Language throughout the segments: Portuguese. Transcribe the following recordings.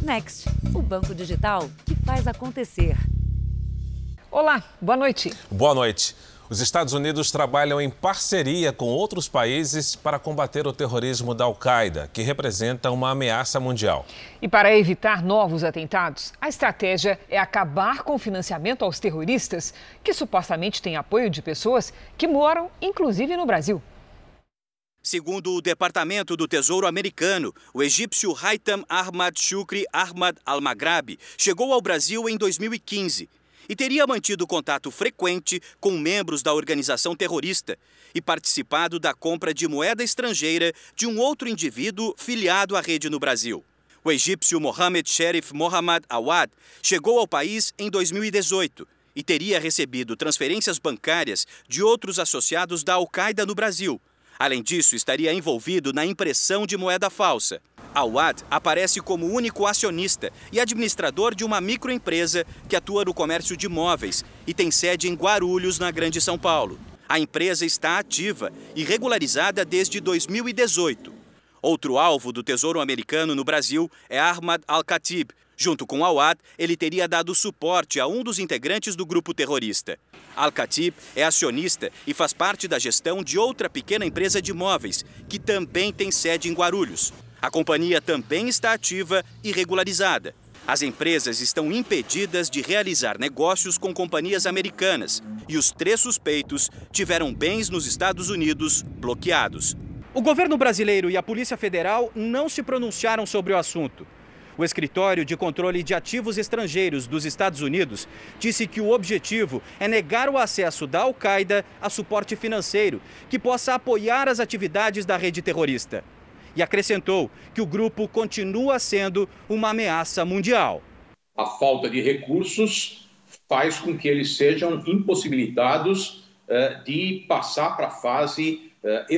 Next, o banco digital que faz acontecer. Olá, boa noite. Boa noite. Os Estados Unidos trabalham em parceria com outros países para combater o terrorismo da Al-Qaeda, que representa uma ameaça mundial. E para evitar novos atentados, a estratégia é acabar com o financiamento aos terroristas, que supostamente têm apoio de pessoas que moram, inclusive, no Brasil. Segundo o Departamento do Tesouro americano, o egípcio Haitham Ahmad Shukri Ahmad Al-Maghrabi chegou ao Brasil em 2015 e teria mantido contato frequente com membros da organização terrorista e participado da compra de moeda estrangeira de um outro indivíduo filiado à rede no Brasil. O egípcio Mohammed Sherif Mohammad Awad chegou ao país em 2018 e teria recebido transferências bancárias de outros associados da Al-Qaeda no Brasil. Além disso, estaria envolvido na impressão de moeda falsa. Awad aparece como único acionista e administrador de uma microempresa que atua no comércio de imóveis e tem sede em Guarulhos, na Grande São Paulo. A empresa está ativa e regularizada desde 2018. Outro alvo do Tesouro americano no Brasil é Ahmad Al-Khatib. Junto com Awad, ele teria dado suporte a um dos integrantes do grupo terrorista. Al-Khatib é acionista e faz parte da gestão de outra pequena empresa de imóveis, que também tem sede em Guarulhos. A companhia também está ativa e regularizada. As empresas estão impedidas de realizar negócios com companhias americanas e os 3 suspeitos tiveram bens nos Estados Unidos bloqueados. O governo brasileiro e a Polícia Federal não se pronunciaram sobre o assunto. O Escritório de Controle de Ativos Estrangeiros dos Estados Unidos disse que o objetivo é negar o acesso da Al-Qaeda a suporte financeiro que possa apoiar as atividades da rede terrorista. E acrescentou que o grupo continua sendo uma ameaça mundial. A falta de recursos faz com que eles sejam impossibilitados de passar para a fase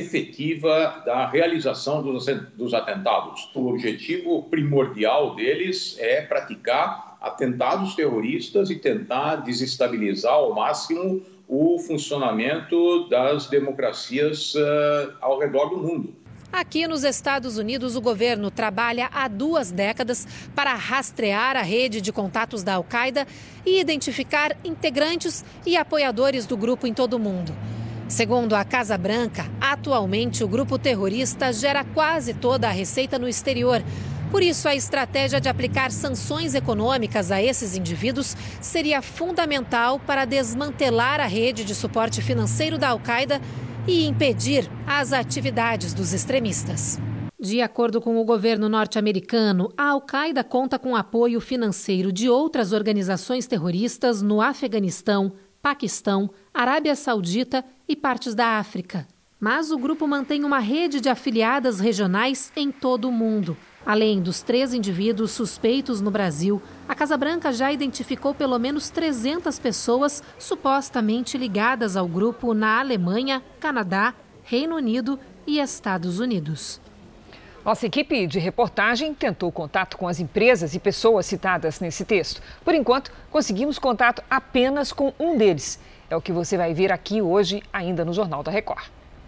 efetiva da realização dos atentados. O objetivo primordial deles é praticar atentados terroristas e tentar desestabilizar ao máximo o funcionamento das democracias ao redor do mundo. Aqui nos Estados Unidos, o governo trabalha há 2 décadas para rastrear a rede de contatos da Al-Qaeda e identificar integrantes e apoiadores do grupo em todo o mundo. Segundo a Casa Branca, atualmente o grupo terrorista gera quase toda a receita no exterior. Por isso, a estratégia de aplicar sanções econômicas a esses indivíduos seria fundamental para desmantelar a rede de suporte financeiro da Al-Qaeda e impedir as atividades dos extremistas. De acordo com o governo norte-americano, a Al-Qaeda conta com apoio financeiro de outras organizações terroristas no Afeganistão, Paquistão, Arábia Saudita e partes da África. Mas o grupo mantém uma rede de afiliadas regionais em todo o mundo. Além dos 3 indivíduos suspeitos no Brasil, a Casa Branca já identificou pelo menos 300 pessoas supostamente ligadas ao grupo na Alemanha, Canadá, Reino Unido e Estados Unidos. Nossa equipe de reportagem tentou contato com as empresas e pessoas citadas nesse texto. Por enquanto, conseguimos contato apenas com um deles. É o que você vai ver aqui hoje, ainda no Jornal da Record.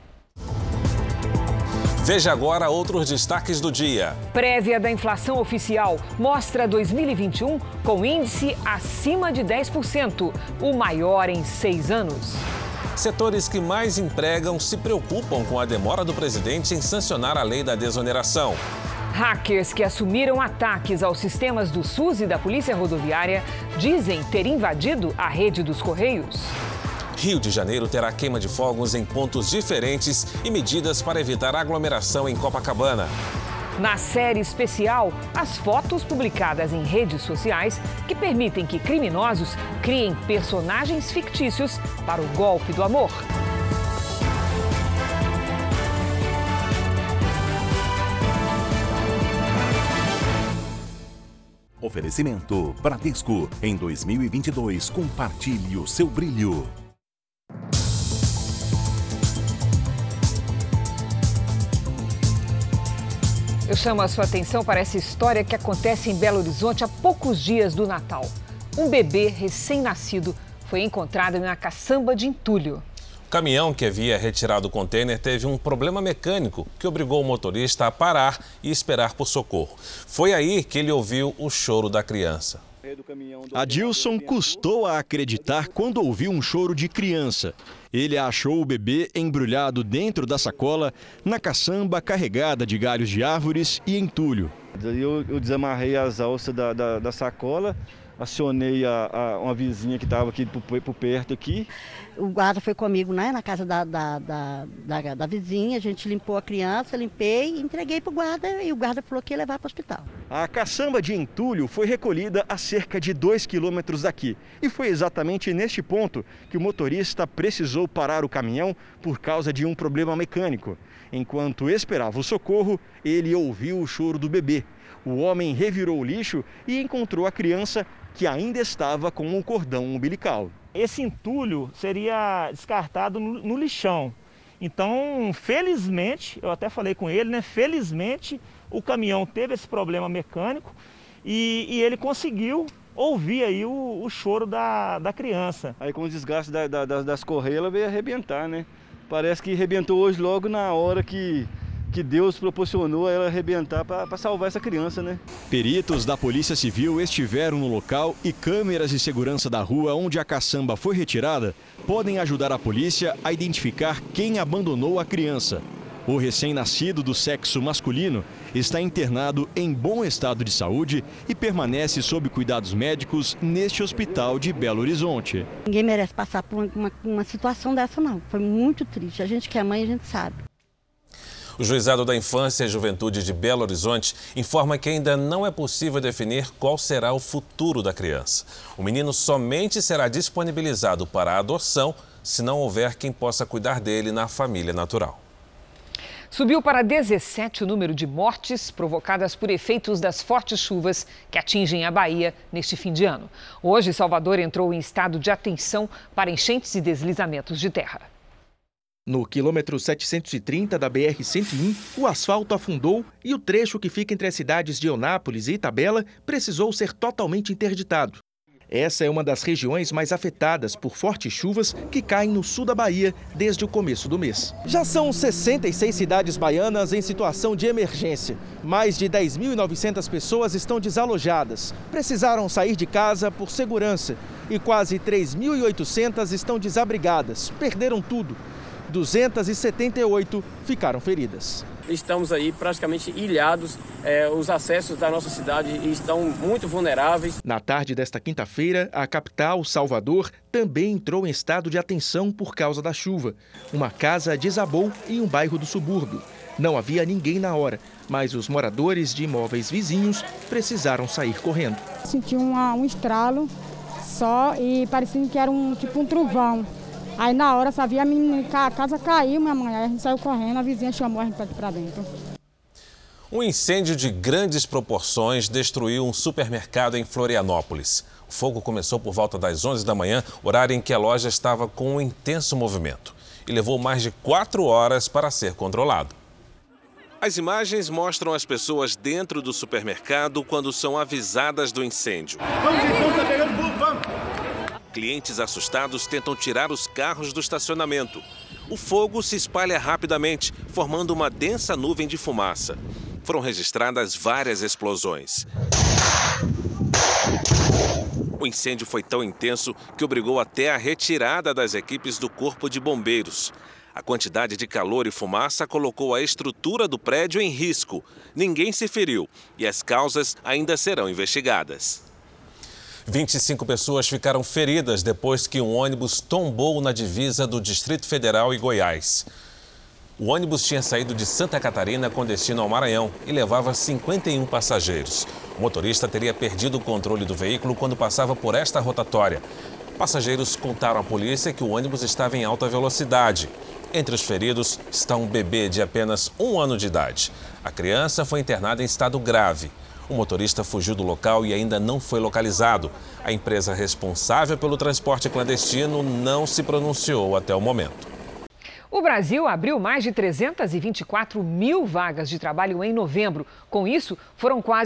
Veja agora outros destaques do dia. Prévia da inflação oficial mostra 2021 com índice acima de 10%, o maior em 6 anos. Setores que mais empregam se preocupam com a demora do presidente em sancionar a lei da desoneração. Hackers que assumiram ataques aos sistemas do SUS e da Polícia Rodoviária dizem ter invadido a rede dos Correios. Rio de Janeiro terá queima de fogos em pontos diferentes e medidas para evitar aglomeração em Copacabana. Na série especial, as fotos publicadas em redes sociais que permitem que criminosos criem personagens fictícios para o golpe do amor. Oferecimento Bradesco. Em 2022, compartilhe o seu brilho. Eu chamo a sua atenção para essa história que acontece em Belo Horizonte há poucos dias do Natal. Um bebê recém-nascido foi encontrado na caçamba de entulho. caminhão que havia retirado o contêiner teve um problema mecânico que obrigou o motorista a parar e esperar por socorro. Foi aí que ele ouviu o choro da criança. Adilson custou a acreditar quando ouviu um choro de criança. Ele achou o bebê embrulhado dentro da sacola, na caçamba carregada de galhos de árvores e entulho. Eu desamarrei as alças da sacola, acionei uma vizinha que estava aqui por perto aqui. O guarda foi comigo, né, na casa da vizinha, a gente limpou a criança, limpei e entreguei para o guarda e o guarda falou que ia levar para o hospital. A caçamba de entulho foi recolhida a cerca de 2 quilômetros daqui. E foi exatamente neste ponto que o motorista precisou parar o caminhão por causa de um problema mecânico. Enquanto esperava o socorro, ele ouviu o choro do bebê. O homem revirou o lixo e encontrou a criança que ainda estava com um cordão umbilical. Esse entulho seria descartado no lixão. Então, felizmente, eu até falei com ele, né? Felizmente, o caminhão teve esse problema mecânico e ele conseguiu ouvir aí o choro da criança. Aí com o desgaste das correias, ela veio arrebentar, né? Parece que arrebentou hoje logo na hora que Deus proporcionou a ela arrebentar para salvar essa criança, né? Peritos da Polícia Civil estiveram no local e câmeras de segurança da rua onde a caçamba foi retirada podem ajudar a polícia a identificar quem abandonou a criança. O recém-nascido do sexo masculino está internado em bom estado de saúde e permanece sob cuidados médicos neste hospital de Belo Horizonte. Ninguém merece passar por uma situação dessa, não. Foi muito triste. A gente que é mãe, a gente sabe. O Juizado da Infância e Juventude de Belo Horizonte informa que ainda não é possível definir qual será o futuro da criança. O menino somente será disponibilizado para a adoção se não houver quem possa cuidar dele na família natural. Subiu para 17 o número de mortes provocadas por efeitos das fortes chuvas que atingem a Bahia neste fim de ano. Hoje, Salvador entrou em estado de atenção para enchentes e deslizamentos de terra. No quilômetro 730 da BR-101, o asfalto afundou e o trecho que fica entre as cidades de Eunápolis e Itabela precisou ser totalmente interditado. Essa é uma das regiões mais afetadas por fortes chuvas que caem no sul da Bahia desde o começo do mês. Já são 66 cidades baianas em situação de emergência. Mais de 10.900 pessoas estão desalojadas. Precisaram sair de casa por segurança. E quase 3.800 estão desabrigadas. Perderam tudo. 278 ficaram feridas. Estamos aí praticamente ilhados, os acessos da nossa cidade estão muito vulneráveis. Na tarde desta quinta-feira, a capital, Salvador, também entrou em estado de atenção por causa da chuva. Uma casa desabou em um bairro do subúrbio. Não havia ninguém na hora, mas os moradores de imóveis vizinhos precisaram sair correndo. Senti um estralo só e parecia que era um trovão. Aí na hora só vi a menina, a casa caiu, minha mãe, aí a gente saiu correndo, a vizinha chamou a gente para dentro. Um incêndio de grandes proporções destruiu um supermercado em Florianópolis. O fogo começou por volta das 11 da manhã, horário em que a loja estava com um intenso movimento. E levou mais de 4 horas para ser controlado. As imagens mostram as pessoas dentro do supermercado quando são avisadas do incêndio. Vamos, então, tá pegando fogo, vamos! Clientes assustados tentam tirar os carros do estacionamento. O fogo se espalha rapidamente, formando uma densa nuvem de fumaça. Foram registradas várias explosões. O incêndio foi tão intenso que obrigou até a retirada das equipes do Corpo de Bombeiros. A quantidade de calor e fumaça colocou a estrutura do prédio em risco. Ninguém se feriu e as causas ainda serão investigadas. 25 pessoas ficaram feridas depois que um ônibus tombou na divisa do Distrito Federal e Goiás. O ônibus tinha saído de Santa Catarina com destino ao Maranhão e levava 51 passageiros. O motorista teria perdido o controle do veículo quando passava por esta rotatória. Passageiros contaram à polícia que o ônibus estava em alta velocidade. Entre os feridos está um bebê de apenas 1 ano de idade. A criança foi internada em estado grave. O motorista fugiu do local e ainda não foi localizado. A empresa responsável pelo transporte clandestino não se pronunciou até o momento. O Brasil abriu mais de 324 mil vagas de trabalho em novembro. Com isso, foram quase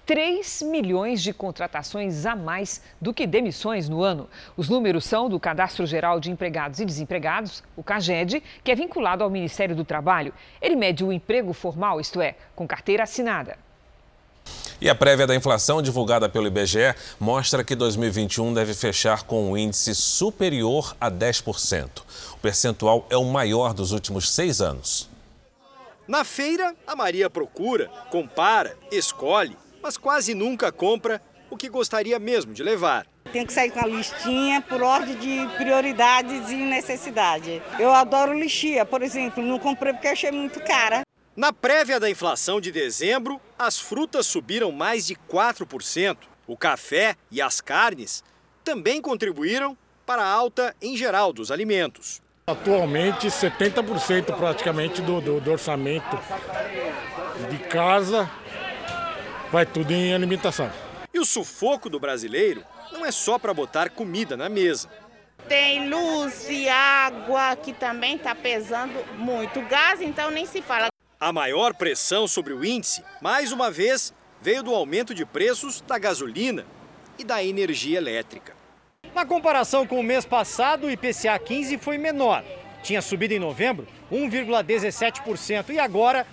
3 milhões de contratações a mais do que demissões no ano. Os números são do Cadastro Geral de Empregados e Desempregados, o CAGED, que é vinculado ao Ministério do Trabalho. Ele mede o emprego formal, isto é, com carteira assinada. E a prévia da inflação divulgada pelo IBGE mostra que 2021 deve fechar com um índice superior a 10%. O percentual é o maior dos últimos 6 anos. Na feira, a Maria procura, compara, escolhe, mas quase nunca compra o que gostaria mesmo de levar. Tem que sair com a listinha por ordem de prioridades e necessidade. Eu adoro lixia, por exemplo, não comprei porque achei muito cara. Na prévia da inflação de dezembro, as frutas subiram mais de 4%. O café e as carnes também contribuíram para a alta em geral dos alimentos. Atualmente, 70% praticamente do orçamento de casa vai tudo em alimentação. E o sufoco do brasileiro não é só para botar comida na mesa. Tem luz e água que também está pesando muito. Gás, então, nem se fala. A maior pressão sobre o índice, mais uma vez, veio do aumento de preços da gasolina e da energia elétrica. Na comparação com o mês passado, o IPCA 15 foi menor. Tinha subido em novembro 1,17% e agora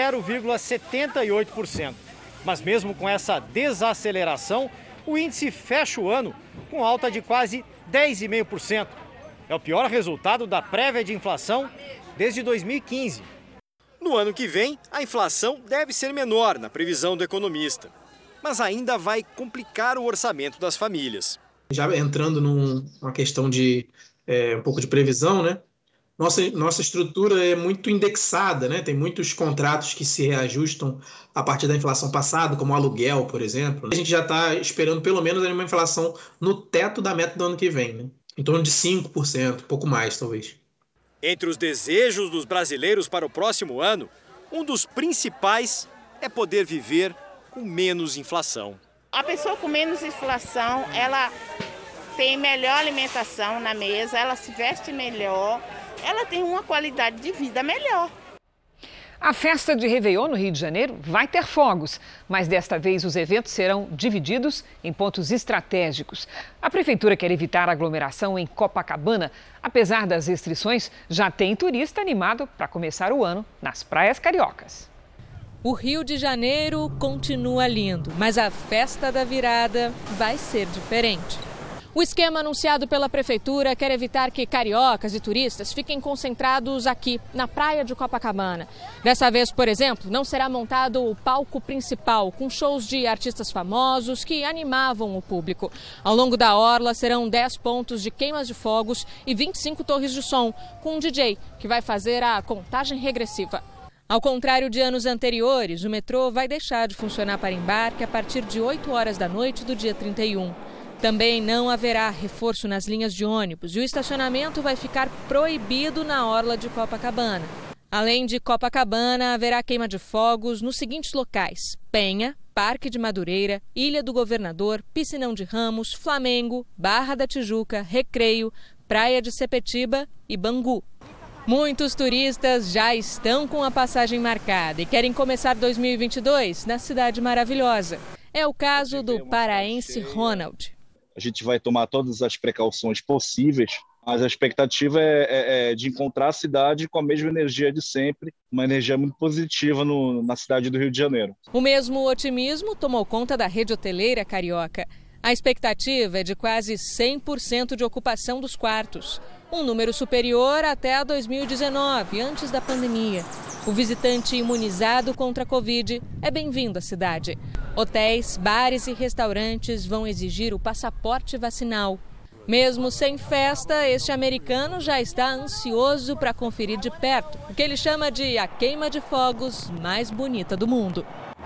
0,78%. Mas mesmo com essa desaceleração, o índice fecha o ano com alta de quase 10,5%. É o pior resultado da prévia de inflação desde 2015. No ano que vem, a inflação deve ser menor, na previsão do economista. Mas ainda vai complicar o orçamento das famílias. Já entrando numa questão de um pouco de previsão, né? Nossa estrutura é muito indexada, né? Tem muitos contratos que se reajustam a partir da inflação passada, como o aluguel, por exemplo. A gente já está esperando pelo menos uma inflação no teto da meta do ano que vem, né? Em torno de 5%, um pouco mais, talvez. Entre os desejos dos brasileiros para o próximo ano, um dos principais é poder viver com menos inflação. A pessoa com menos inflação, ela tem melhor alimentação na mesa, ela se veste melhor, ela tem uma qualidade de vida melhor. A festa de Réveillon no Rio de Janeiro vai ter fogos, mas desta vez os eventos serão divididos em pontos estratégicos. A prefeitura quer evitar aglomeração em Copacabana. Apesar das restrições, já tem turista animado para começar o ano nas praias cariocas. O Rio de Janeiro continua lindo, mas a festa da virada vai ser diferente. O esquema anunciado pela prefeitura quer evitar que cariocas e turistas fiquem concentrados aqui, na praia de Copacabana. Dessa vez, por exemplo, não será montado o palco principal, com shows de artistas famosos que animavam o público. Ao longo da orla serão 10 pontos de queimas de fogos e 25 torres de som, com um DJ que vai fazer a contagem regressiva. Ao contrário de anos anteriores, o metrô vai deixar de funcionar para embarque a partir de 8 horas da noite do dia 31. Também não haverá reforço nas linhas de ônibus e o estacionamento vai ficar proibido na orla de Copacabana. Além de Copacabana, haverá queima de fogos nos seguintes locais: Penha, Parque de Madureira, Ilha do Governador, Piscinão de Ramos, Flamengo, Barra da Tijuca, Recreio, Praia de Sepetiba e Bangu. Muitos turistas já estão com a passagem marcada e querem começar 2022 na cidade maravilhosa. É o caso do paraense Ronald. A gente vai tomar todas as precauções possíveis, mas a expectativa é de encontrar a cidade com a mesma energia de sempre, uma energia muito positiva na cidade do Rio de Janeiro. O mesmo otimismo tomou conta da rede hoteleira carioca. A expectativa é de quase 100% de ocupação dos quartos, um número superior até a 2019, antes da pandemia. O visitante imunizado contra a Covid é bem-vindo à cidade. Hotéis, bares e restaurantes vão exigir o passaporte vacinal. Mesmo sem festa, este americano já está ansioso para conferir de perto o que ele chama de a queima de fogos mais bonita do mundo.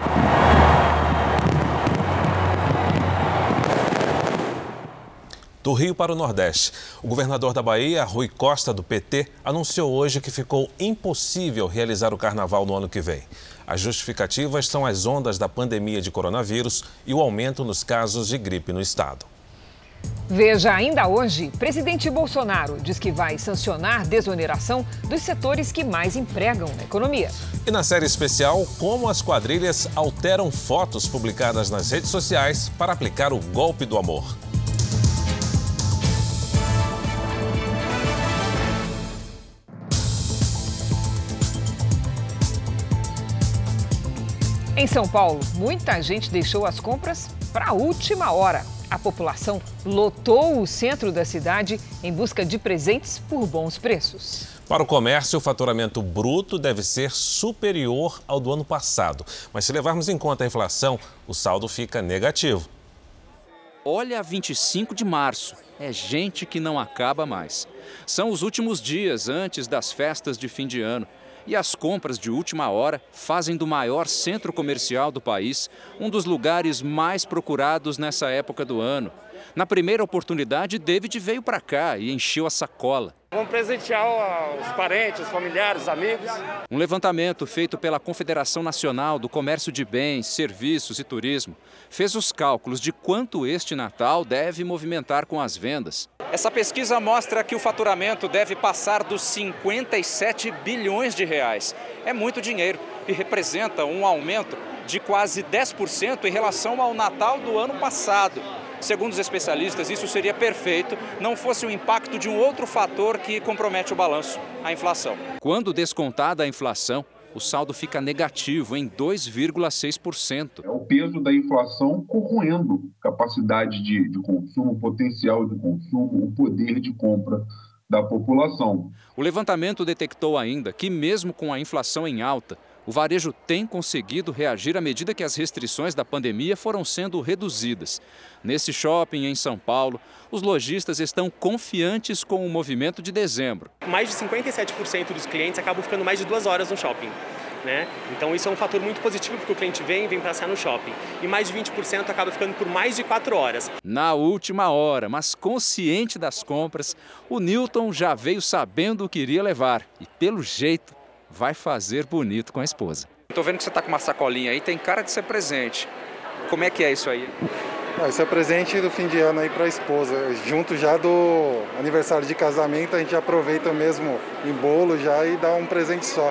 Do Rio para o Nordeste, o governador da Bahia, Rui Costa, do PT, anunciou hoje que ficou impossível realizar o carnaval no ano que vem. As justificativas são as ondas da pandemia de coronavírus e o aumento nos casos de gripe no estado. Veja ainda hoje, presidente Bolsonaro diz que vai sancionar desoneração dos setores que mais empregam na economia. E na série especial, como as quadrilhas alteram fotos publicadas nas redes sociais para aplicar o golpe do amor. Em São Paulo, muita gente deixou as compras para a última hora. A população lotou o centro da cidade em busca de presentes por bons preços. Para o comércio, o faturamento bruto deve ser superior ao do ano passado. Mas se levarmos em conta a inflação, o saldo fica negativo. Olha, 25 de março. É gente que não acaba mais. São os últimos dias antes das festas de fim de ano. E as compras de última hora fazem do maior centro comercial do país um dos lugares mais procurados nessa época do ano. Na primeira oportunidade, David veio para cá e encheu a sacola. Vamos presentear os parentes, os familiares, os amigos. Um levantamento feito pela Confederação Nacional do Comércio de Bens, Serviços e Turismo fez os cálculos de quanto este Natal deve movimentar com as vendas. Essa pesquisa mostra que o faturamento deve passar dos 57 bilhões de reais. É muito dinheiro e representa um aumento de quase 10% em relação ao Natal do ano passado. Segundo os especialistas, isso seria perfeito, não fosse o impacto de um outro fator que compromete o balanço, a inflação. Quando descontada a inflação, o saldo fica negativo em 2,6%. É o peso da inflação corroendo capacidade de consumo, potencial de consumo, o poder de compra da população. O levantamento detectou ainda que, mesmo com a inflação em alta, o varejo tem conseguido reagir à medida que as restrições da pandemia foram sendo reduzidas. Nesse shopping em São Paulo, os lojistas estão confiantes com o movimento de dezembro. Mais de 57% dos clientes acabam ficando mais de 2 horas no shopping, né? Então isso é um fator muito positivo porque o cliente vem passear no shopping. E mais de 20% acaba ficando por mais de 4 horas. Na última hora, mas consciente das compras, o Newton já veio sabendo o que iria levar e, pelo jeito, vai fazer bonito com a esposa. Estou vendo que você está com uma sacolinha aí, tem cara de ser presente. Como é que é isso aí? Isso é presente do fim de ano aí para a esposa. Junto já do aniversário de casamento, a gente aproveita mesmo em bolo já e dá um presente só.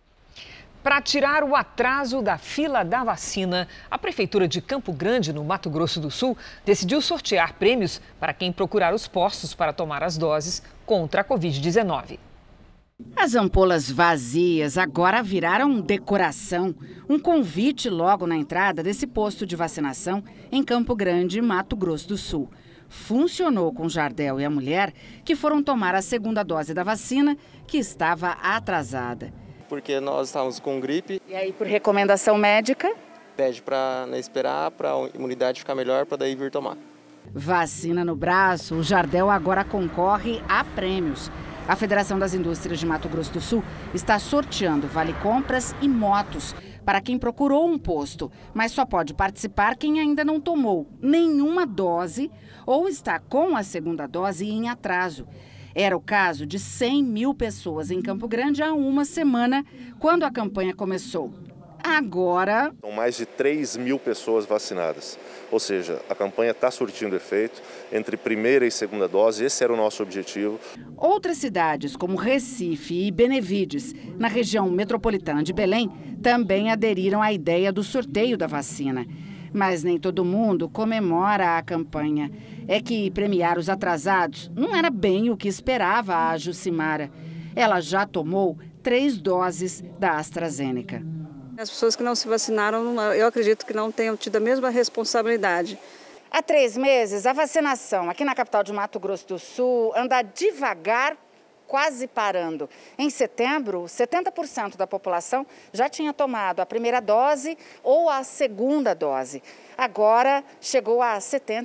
Para tirar o atraso da fila da vacina, a Prefeitura de Campo Grande, no Mato Grosso do Sul, decidiu sortear prêmios para quem procurar os postos para tomar as doses contra a Covid-19. As ampolas vazias agora viraram decoração. Um convite logo na entrada desse posto de vacinação em Campo Grande, Mato Grosso do Sul. Funcionou com Jardel e a mulher que foram tomar a segunda dose da vacina, que estava atrasada. Porque nós estávamos com gripe. E aí, por recomendação médica? Pede para não esperar, para a imunidade ficar melhor, para daí vir tomar. Vacina no braço, o Jardel agora concorre a prêmios. A Federação das Indústrias de Mato Grosso do Sul está sorteando vale-compras e motos para quem procurou um posto, mas só pode participar quem ainda não tomou nenhuma dose ou está com a segunda dose em atraso. Era o caso de 100 mil pessoas em Campo Grande há uma semana, quando a campanha começou. Agora... São mais de 3 mil pessoas vacinadas, ou seja, a campanha está surtindo efeito entre primeira e segunda dose, esse era o nosso objetivo. Outras cidades, como Recife e Benevides, na região metropolitana de Belém, também aderiram à ideia do sorteio da vacina. Mas nem todo mundo comemora a campanha. É que premiar os atrasados não era bem o que esperava a Jucimara. Ela já tomou 3 doses da AstraZeneca. As pessoas que não se vacinaram, eu acredito que não tenham tido a mesma responsabilidade. Há 3 meses, a vacinação aqui na capital de Mato Grosso do Sul anda devagar, quase parando. Em setembro, 70% da população já tinha tomado a primeira dose ou a segunda dose. Agora chegou a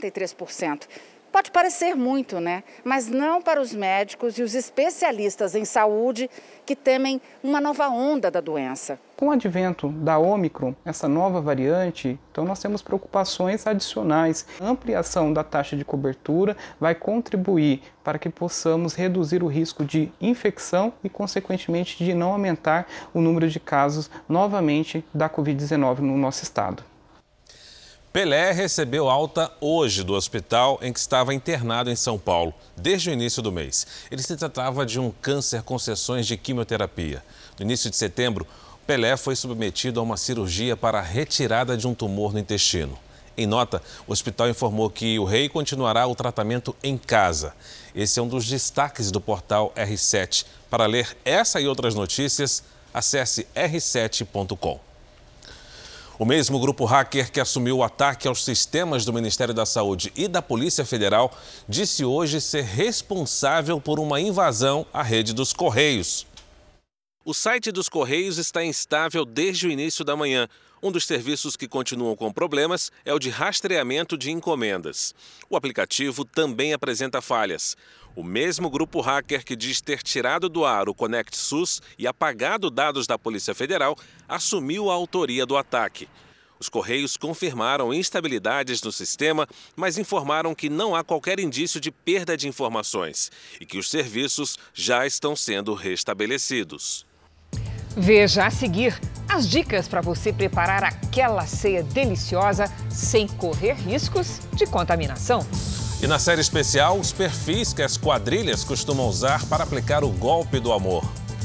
73%. Pode parecer muito, né? Mas não para os médicos e os especialistas em saúde que temem uma nova onda da doença. Com o advento da Ômicron, essa nova variante, então nós temos preocupações adicionais. A ampliação da taxa de cobertura vai contribuir para que possamos reduzir o risco de infecção e, consequentemente, de não aumentar o número de casos novamente da Covid-19 no nosso estado. Pelé recebeu alta hoje do hospital em que estava internado em São Paulo, desde o início do mês. Ele se tratava de um câncer com sessões de quimioterapia. No início de setembro, Pelé foi submetido a uma cirurgia para a retirada de um tumor no intestino. Em nota, o hospital informou que o rei continuará o tratamento em casa. Esse é um dos destaques do portal R7. Para ler essa e outras notícias, acesse r7.com. O mesmo grupo hacker que assumiu o ataque aos sistemas do Ministério da Saúde e da Polícia Federal disse hoje ser responsável por uma invasão à rede dos Correios. O site dos Correios está instável desde o início da manhã. Um dos serviços que continuam com problemas é o de rastreamento de encomendas. O aplicativo também apresenta falhas. O mesmo grupo hacker que diz ter tirado do ar o Conect SUS e apagado dados da Polícia Federal assumiu a autoria do ataque. Os Correios confirmaram instabilidades no sistema, mas informaram que não há qualquer indício de perda de informações e que os serviços já estão sendo restabelecidos. Veja a seguir as dicas para você preparar aquela ceia deliciosa sem correr riscos de contaminação. E na série especial, os perfis que as quadrilhas costumam usar para aplicar o golpe do amor.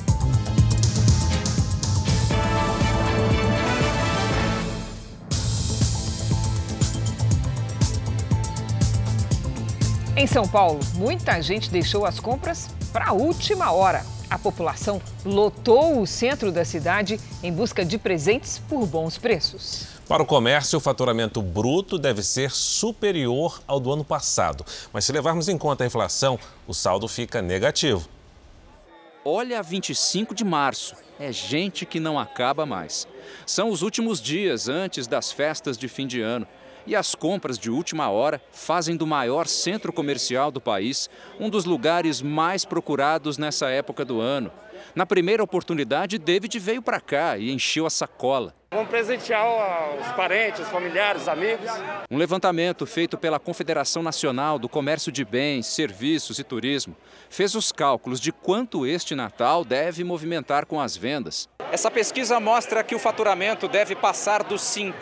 Em São Paulo, muita gente deixou as compras para a última hora. A população lotou o centro da cidade em busca de presentes por bons preços. Para o comércio, o faturamento bruto deve ser superior ao do ano passado. Mas se levarmos em conta a inflação, o saldo fica negativo. Olha, 25 de março. É gente que não acaba mais. São os últimos dias antes das festas de fim de ano. E as compras de última hora fazem do maior centro comercial do país um dos lugares mais procurados nessa época do ano. Na primeira oportunidade, David veio para cá e encheu a sacola. Vamos presentear os parentes, os familiares, amigos. Um levantamento feito pela Confederação Nacional do Comércio de Bens, Serviços e Turismo fez os cálculos de quanto este Natal deve movimentar com as vendas. Essa pesquisa mostra que o faturamento deve passar dos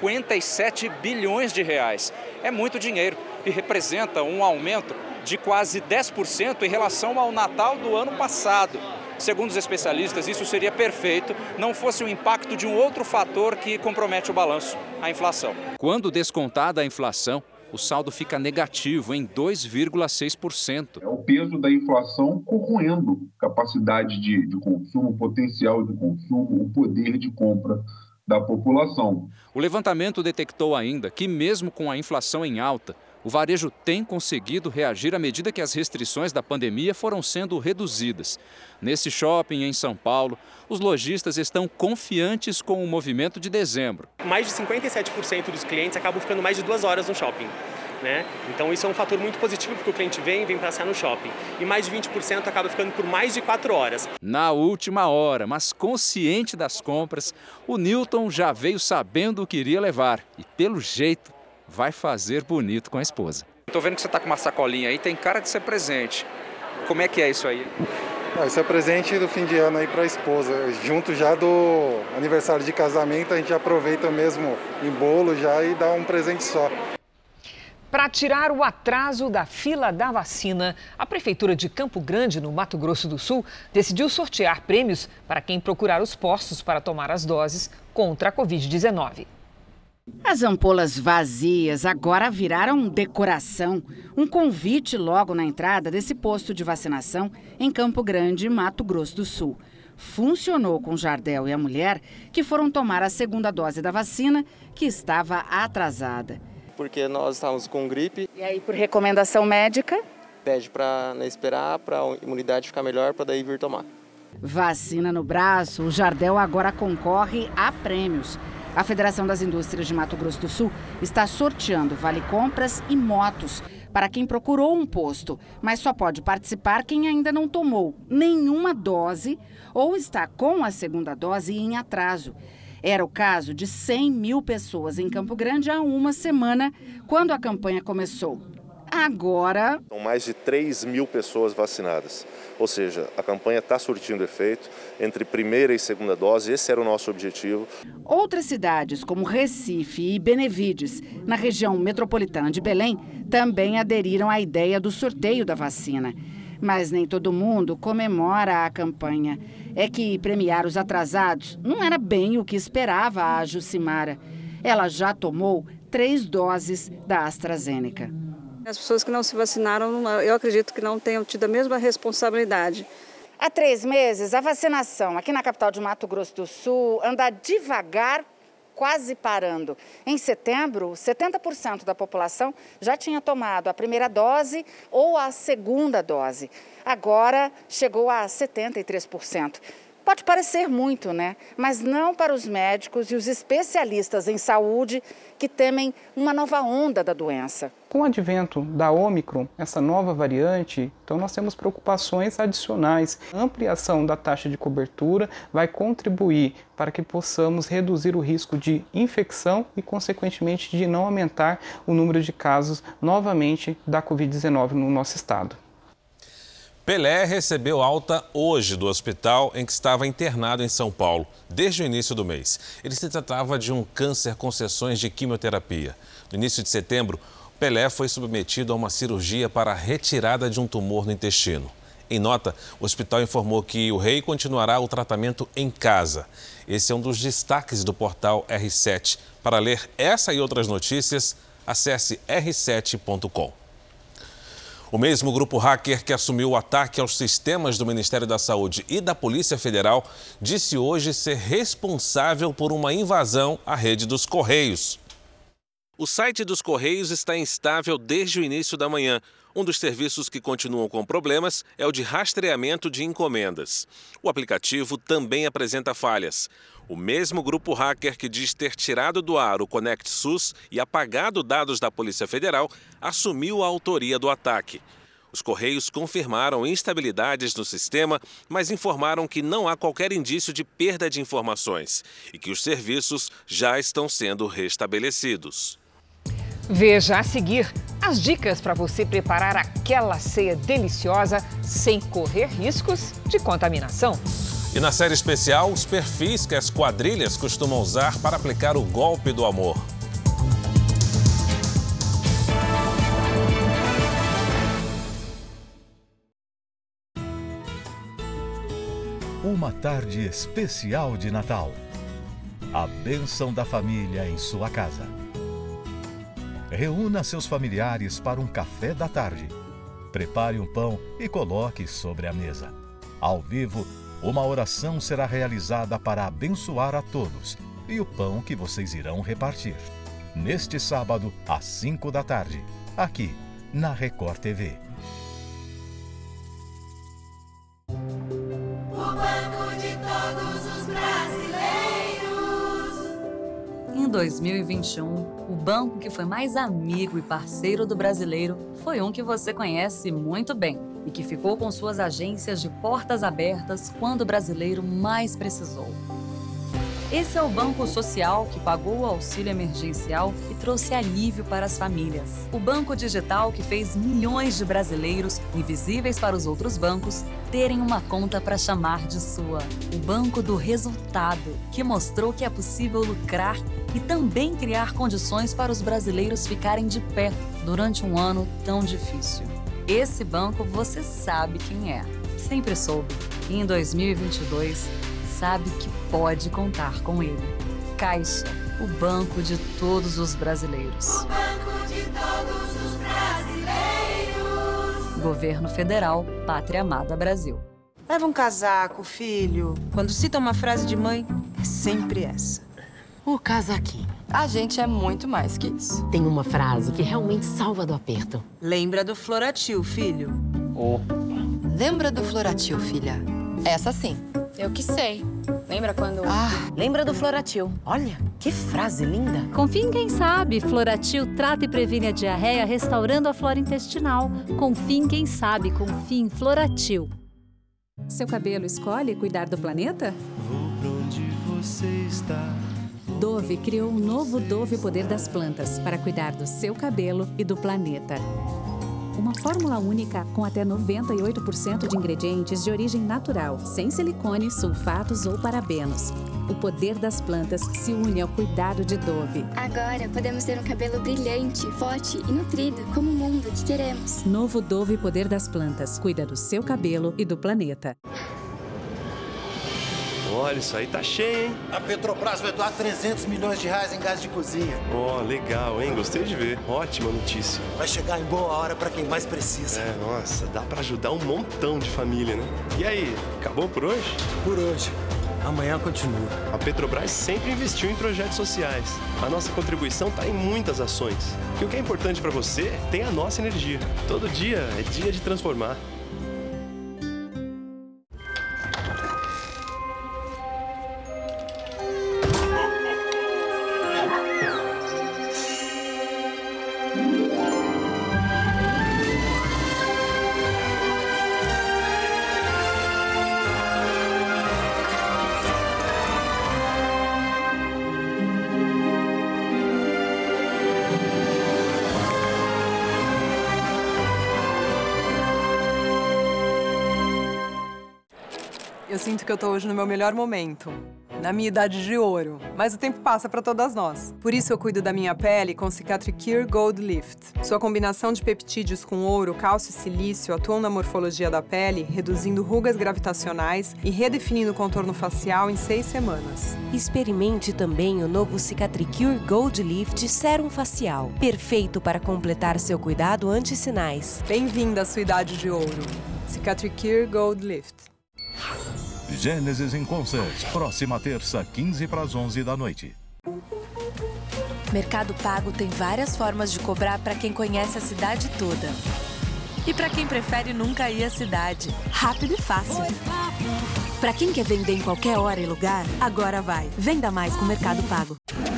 57 bilhões de reais. É muito dinheiro e representa um aumento de quase 10% em relação ao Natal do ano passado. Segundo os especialistas, isso seria perfeito, não fosse o impacto de um outro fator que compromete o balanço, a inflação. Quando descontada a inflação, o saldo fica negativo em 2,6%. É o peso da inflação corroendo capacidade de consumo, potencial de consumo, o poder de compra da população. O levantamento detectou ainda que, mesmo com a inflação em alta, o varejo tem conseguido reagir à medida que as restrições da pandemia foram sendo reduzidas. Nesse shopping em São Paulo, os lojistas estão confiantes com o movimento de dezembro. Mais de 57% dos clientes acabam ficando mais de 2 horas no shopping. Então isso é um fator muito positivo porque o cliente vem passear no shopping. E mais de 20% acaba ficando por mais de 4 horas. Na última hora, mas consciente das compras, o Newton já veio sabendo o que iria levar e, pelo jeito, vai fazer bonito com a esposa. Estou vendo que você está com uma sacolinha aí, tem cara de ser presente. Como é que é isso aí? Isso é presente do fim de ano aí para a esposa. Junto já do aniversário de casamento, a gente aproveita mesmo em bolo já e dá um presente só. Para tirar o atraso da fila da vacina, a Prefeitura de Campo Grande, no Mato Grosso do Sul, decidiu sortear prêmios para quem procurar os postos para tomar as doses contra a Covid-19. As ampolas vazias agora viraram decoração. Um convite logo na entrada desse posto de vacinação em Campo Grande, Mato Grosso do Sul. Funcionou com Jardel e a mulher que foram tomar a segunda dose da vacina, que estava atrasada. Porque nós estávamos com gripe. E aí, por recomendação médica? Pede para não esperar, para a imunidade ficar melhor, para daí vir tomar. Vacina no braço, o Jardel agora concorre a prêmios. A Federação das Indústrias de Mato Grosso do Sul está sorteando vale-compras e motos para quem procurou um posto, mas só pode participar quem ainda não tomou nenhuma dose ou está com a segunda dose em atraso. Era o caso de 100 mil pessoas em Campo Grande há uma semana, quando a campanha começou. Agora... São mais de 3 mil pessoas vacinadas. Ou seja, a campanha está surtindo efeito entre primeira e segunda dose. Esse era o nosso objetivo. Outras cidades, como Recife e Benevides, na região metropolitana de Belém, também aderiram à ideia do sorteio da vacina. Mas nem todo mundo comemora a campanha. É que premiar os atrasados não era bem o que esperava a Jucimara. Ela já tomou 3 doses da AstraZeneca. As pessoas que não se vacinaram, eu acredito que não tenham tido a mesma responsabilidade. Há 3 meses, a vacinação aqui na capital de Mato Grosso do Sul anda devagar, quase parando. Em setembro, 70% da população já tinha tomado a primeira dose ou a segunda dose. Agora chegou a 73%. Pode parecer muito, né? Mas não para os médicos e os especialistas em saúde que temem uma nova onda da doença. Com o advento da Ômicron, essa nova variante, então nós temos preocupações adicionais. A ampliação da taxa de cobertura vai contribuir para que possamos reduzir o risco de infecção e, consequentemente, de não aumentar o número de casos novamente da Covid-19 no nosso estado. Pelé recebeu alta hoje do hospital em que estava internado em São Paulo, desde o início do mês. Ele se tratava de um câncer com sessões de quimioterapia. No início de setembro, Pelé foi submetido a uma cirurgia para a retirada de um tumor no intestino. Em nota, o hospital informou que o rei continuará o tratamento em casa. Esse é um dos destaques do portal R7. Para ler essa e outras notícias, acesse r7.com. O mesmo grupo hacker que assumiu o ataque aos sistemas do Ministério da Saúde e da Polícia Federal disse hoje ser responsável por uma invasão à rede dos Correios. O site dos Correios está instável desde o início da manhã. Um dos serviços que continuam com problemas é o de rastreamento de encomendas. O aplicativo também apresenta falhas. O mesmo grupo hacker que diz ter tirado do ar o Conect SUS e apagado dados da Polícia Federal assumiu a autoria do ataque. Os Correios confirmaram instabilidades no sistema, mas informaram que não há qualquer indício de perda de informações e que os serviços já estão sendo restabelecidos. Veja a seguir as dicas para você preparar aquela ceia deliciosa sem correr riscos de contaminação. E na série especial, os perfis que as quadrilhas costumam usar para aplicar o golpe do amor. Uma tarde especial de Natal. A bênção da família em sua casa. Reúna seus familiares para um café da tarde. Prepare um pão e coloque sobre a mesa. Ao vivo, uma oração será realizada para abençoar a todos e o pão que vocês irão repartir. Neste sábado, às 5 da tarde, aqui na Record TV. O banco de todos os brasileiros. Em 2021, o banco que foi mais amigo e parceiro do brasileiro foi um que você conhece muito bem e que ficou com suas agências de portas abertas quando o brasileiro mais precisou. Esse é o Banco Social que pagou o auxílio emergencial e trouxe alívio para as famílias. O banco digital que fez milhões de brasileiros, invisíveis para os outros bancos, terem uma conta para chamar de sua. O Banco do Resultado, que mostrou que é possível lucrar e também criar condições para os brasileiros ficarem de pé durante um ano tão difícil. Esse banco você sabe quem é. Sempre soube. E em 2022, sabe que pode contar com ele. Caixa, o banco de todos os brasileiros. O banco de todos os brasileiros. Governo Federal, Pátria Amada Brasil. Leva um casaco, filho. Quando cita uma frase de mãe, é sempre essa. O casaquinho. A gente é muito mais que isso. Tem uma frase que realmente salva do aperto. Lembra do Floratil, filho. Opa. Lembra do Floratil, filha? Essa sim. Eu que sei. Lembra quando... lembra do Floratil. Olha, que frase linda. Confie em quem sabe. Floratil trata e previne a diarreia, restaurando a flora intestinal. Confie em quem sabe. Confie em Floratil. Seu cabelo escolhe cuidar do planeta? Vou pra onde você está. Dove criou um novo Dove Poder das Plantas para cuidar do seu cabelo e do planeta. Uma fórmula única com até 98% de ingredientes de origem natural, sem silicone, sulfatos ou parabenos. O poder das plantas se une ao cuidado de Dove. Agora podemos ter um cabelo brilhante, forte e nutrido, como o mundo que queremos. Novo Dove Poder das Plantas. Cuida do seu cabelo e do planeta. Olha, isso aí tá cheio, hein? A Petrobras vai doar 300 milhões de reais em gás de cozinha. Legal, hein? Gostei de ver. Ótima notícia. Vai chegar em boa hora para quem mais precisa. Nossa, dá para ajudar um montão de família, né? E aí, acabou por hoje? Por hoje. Amanhã continua. A Petrobras sempre investiu em projetos sociais. A nossa contribuição está em muitas ações. E o que é importante para você tem a nossa energia. Todo dia é dia de transformar. Eu sinto que eu tô hoje no meu melhor momento, na minha idade de ouro, mas o tempo passa para todas nós. Por isso eu cuido da minha pele com Cicatricure Gold Lift. Sua combinação de peptídeos com ouro, cálcio e silício atuam na morfologia da pele, reduzindo rugas gravitacionais e redefinindo o contorno facial em 6 semanas. Experimente também o novo Cicatricure Gold Lift Sérum Facial, perfeito para completar seu cuidado anti-sinais. Bem-vinda à sua idade de ouro. Cicatricure Gold Lift. Gênesis em Concert, próxima terça, 15 para as 11 da noite. Mercado Pago tem várias formas de cobrar para quem conhece a cidade toda. E para quem prefere nunca ir à cidade. Rápido e fácil. Para quem quer vender em qualquer hora e lugar, agora vai. Venda mais com Mercado Pago.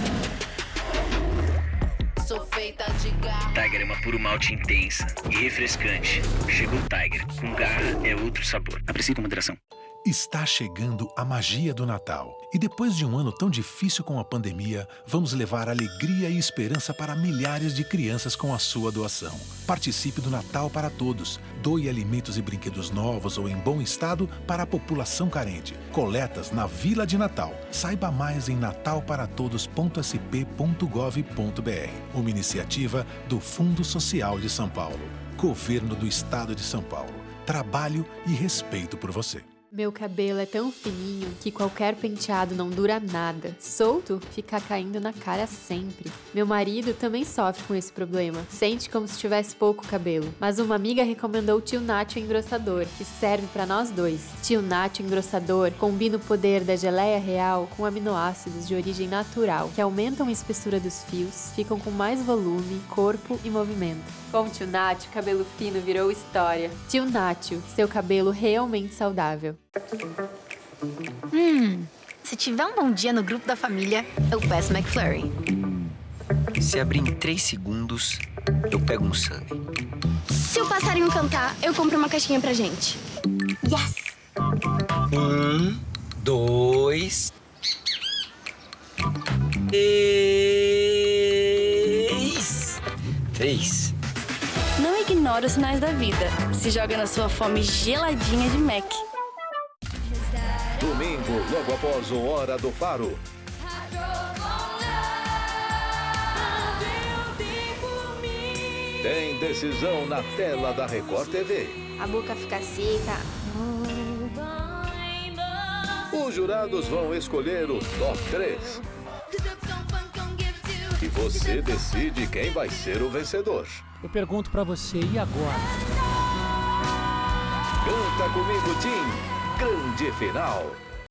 Sou feita de garra. Tiger é uma puro malte intensa e refrescante. Chegou o Tiger. Com garra é outro sabor. Aprecie com moderação. Está chegando a magia do Natal. E depois de um ano tão difícil com a pandemia, vamos levar alegria e esperança para milhares de crianças com a sua doação. Participe do Natal para Todos. Doe alimentos e brinquedos novos ou em bom estado para a população carente. Coletas na Vila de Natal. Saiba mais em natalparatodos.sp.gov.br. Uma iniciativa do Fundo Social de São Paulo. Governo do Estado de São Paulo. Trabalho e respeito por você. Meu cabelo é tão fininho que qualquer penteado não dura nada. Solto, fica caindo na cara sempre. Meu marido também sofre com esse problema. Sente como se tivesse pouco cabelo. Mas uma amiga recomendou o Tio Nacho Engrossador, que serve para nós dois. Tio Nacho Engrossador combina o poder da geleia real com aminoácidos de origem natural, que aumentam a espessura dos fios, ficam com mais volume, corpo e movimento. Com o Tio Nacho, cabelo fino virou história. Tio Nacho, seu cabelo realmente saudável. Se tiver um bom dia no grupo da família, eu peço McFlurry. Se abrir em 3 segundos, eu pego um sangue. Se o passarinho cantar, eu compro uma caixinha pra gente. Yes! 1, 2, 3. Não ignore os sinais da vida. Se joga na sua fome geladinha de Mac. Domingo, logo após o Hora do Faro. Tem decisão na tela da Record TV. A boca fica seca. Os jurados vão escolher o top 3. E você decide quem vai ser o vencedor. Eu pergunto pra você, e agora? Canta comigo, Tim. Grande final.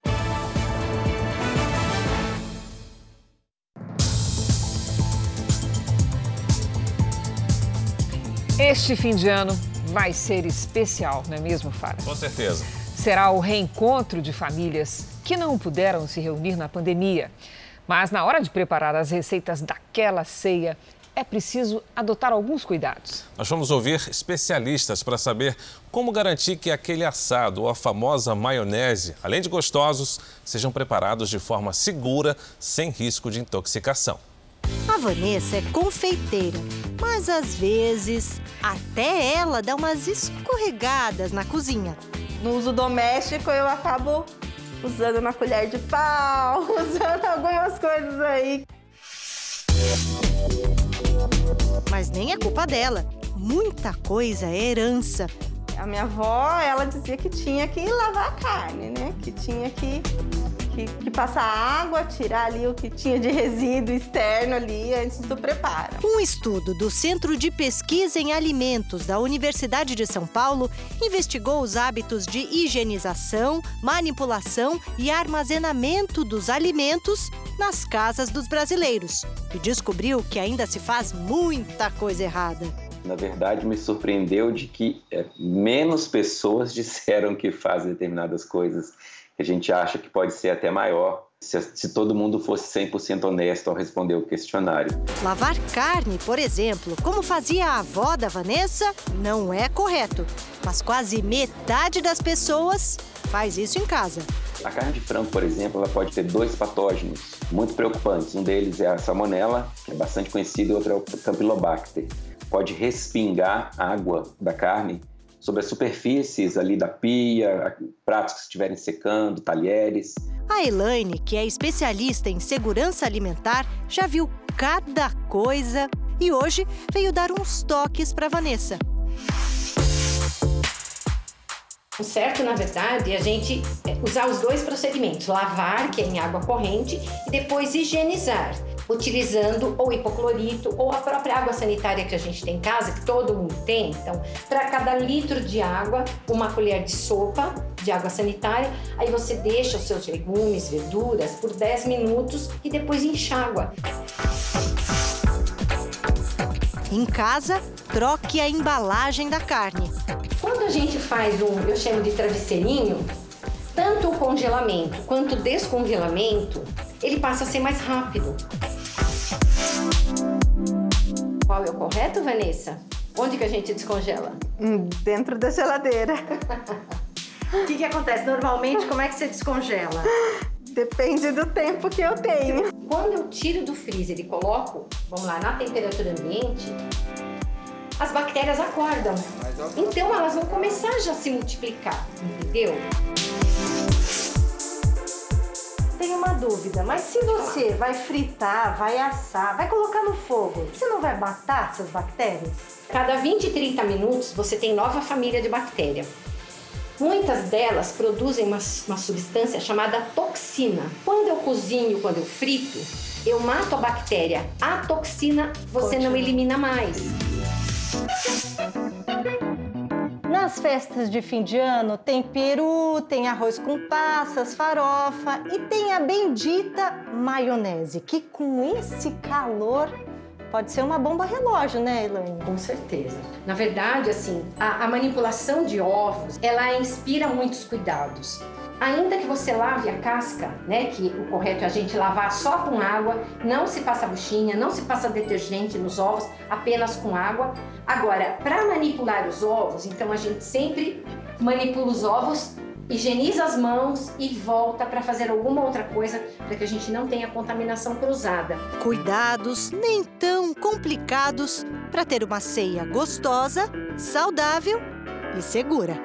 Este fim de ano vai ser especial, não é mesmo, Fara? Com certeza. Será o reencontro de famílias que não puderam se reunir na pandemia. Mas na hora de preparar as receitas daquela ceia, é preciso adotar alguns cuidados. Nós vamos ouvir especialistas para saber como garantir que aquele assado ou a famosa maionese, além de gostosos, sejam preparados de forma segura, sem risco de intoxicação. A Vanessa é confeiteira, mas às vezes até ela dá umas escorregadas na cozinha. No uso doméstico eu acabo usando uma colher de pau, usando algumas coisas aí. Mas nem é culpa dela. Muita coisa é herança. A minha avó, ela dizia que tinha que lavar a carne, né? Que tinha que passar água, tirar ali o que tinha de resíduo externo ali antes do preparo. Um estudo do Centro de Pesquisa em Alimentos da Universidade de São Paulo investigou os hábitos de higienização, manipulação e armazenamento dos alimentos nas casas dos brasileiros e descobriu que ainda se faz muita coisa errada. Na verdade, me surpreendeu de que menos pessoas disseram que fazem determinadas coisas. A gente acha que pode ser até maior se todo mundo fosse 100% honesto ao responder o questionário. Lavar carne, por exemplo, como fazia a avó da Vanessa, não é correto. Mas quase metade das pessoas faz isso em casa. A carne de frango, por exemplo, ela pode ter 2 patógenos muito preocupantes. Um deles é a salmonela, que é bastante conhecido, e outro é o campylobacter. Pode respingar água da carne sobre as superfícies ali da pia, pratos que estiverem secando, talheres. A Elaine, que é especialista em segurança alimentar, já viu cada coisa e hoje veio dar uns toques para Vanessa. O certo, na verdade, é a gente usar os 2 procedimentos, lavar, que é em água corrente, e depois higienizar, utilizando ou hipoclorito ou a própria água sanitária que a gente tem em casa, que todo mundo tem. Então, para cada litro de água, uma colher de sopa de água sanitária, aí você deixa os seus legumes, verduras por 10 minutos e depois enxágua. Em casa, troque a embalagem da carne. Quando a gente faz eu chamo de travesseirinho, tanto o congelamento quanto o descongelamento, ele passa a ser mais rápido. Qual é o correto, Vanessa? Onde que a gente descongela? Dentro da geladeira. O que acontece? Normalmente, como é que você descongela? Depende do tempo que eu tenho. Quando eu tiro do freezer e coloco, vamos lá, na temperatura ambiente, as bactérias acordam. Então, elas vão começar já a se multiplicar, entendeu? Tenho uma dúvida, mas se você vai fritar, vai assar, vai colocar no fogo, você não vai matar essas bactérias? Cada 20 e 30 minutos, você tem nova família de bactéria. Muitas delas produzem uma substância chamada toxina. Quando eu cozinho, quando eu frito, eu mato a bactéria. A toxina você não elimina mais. Nas festas de fim de ano tem peru, tem arroz com passas, farofa e tem a bendita maionese, que com esse calor pode ser uma bomba relógio, né, Elaine? Com certeza. Na verdade, assim, a manipulação de ovos, ela inspira muitos cuidados. Ainda que você lave a casca, né, que o correto é a gente lavar só com água, não se passa buchinha, não se passa detergente nos ovos, apenas com água. Agora, para manipular os ovos, então a gente sempre manipula os ovos, higieniza as mãos e volta para fazer alguma outra coisa para que a gente não tenha contaminação cruzada. Cuidados nem tão complicados para ter uma ceia gostosa, saudável e segura.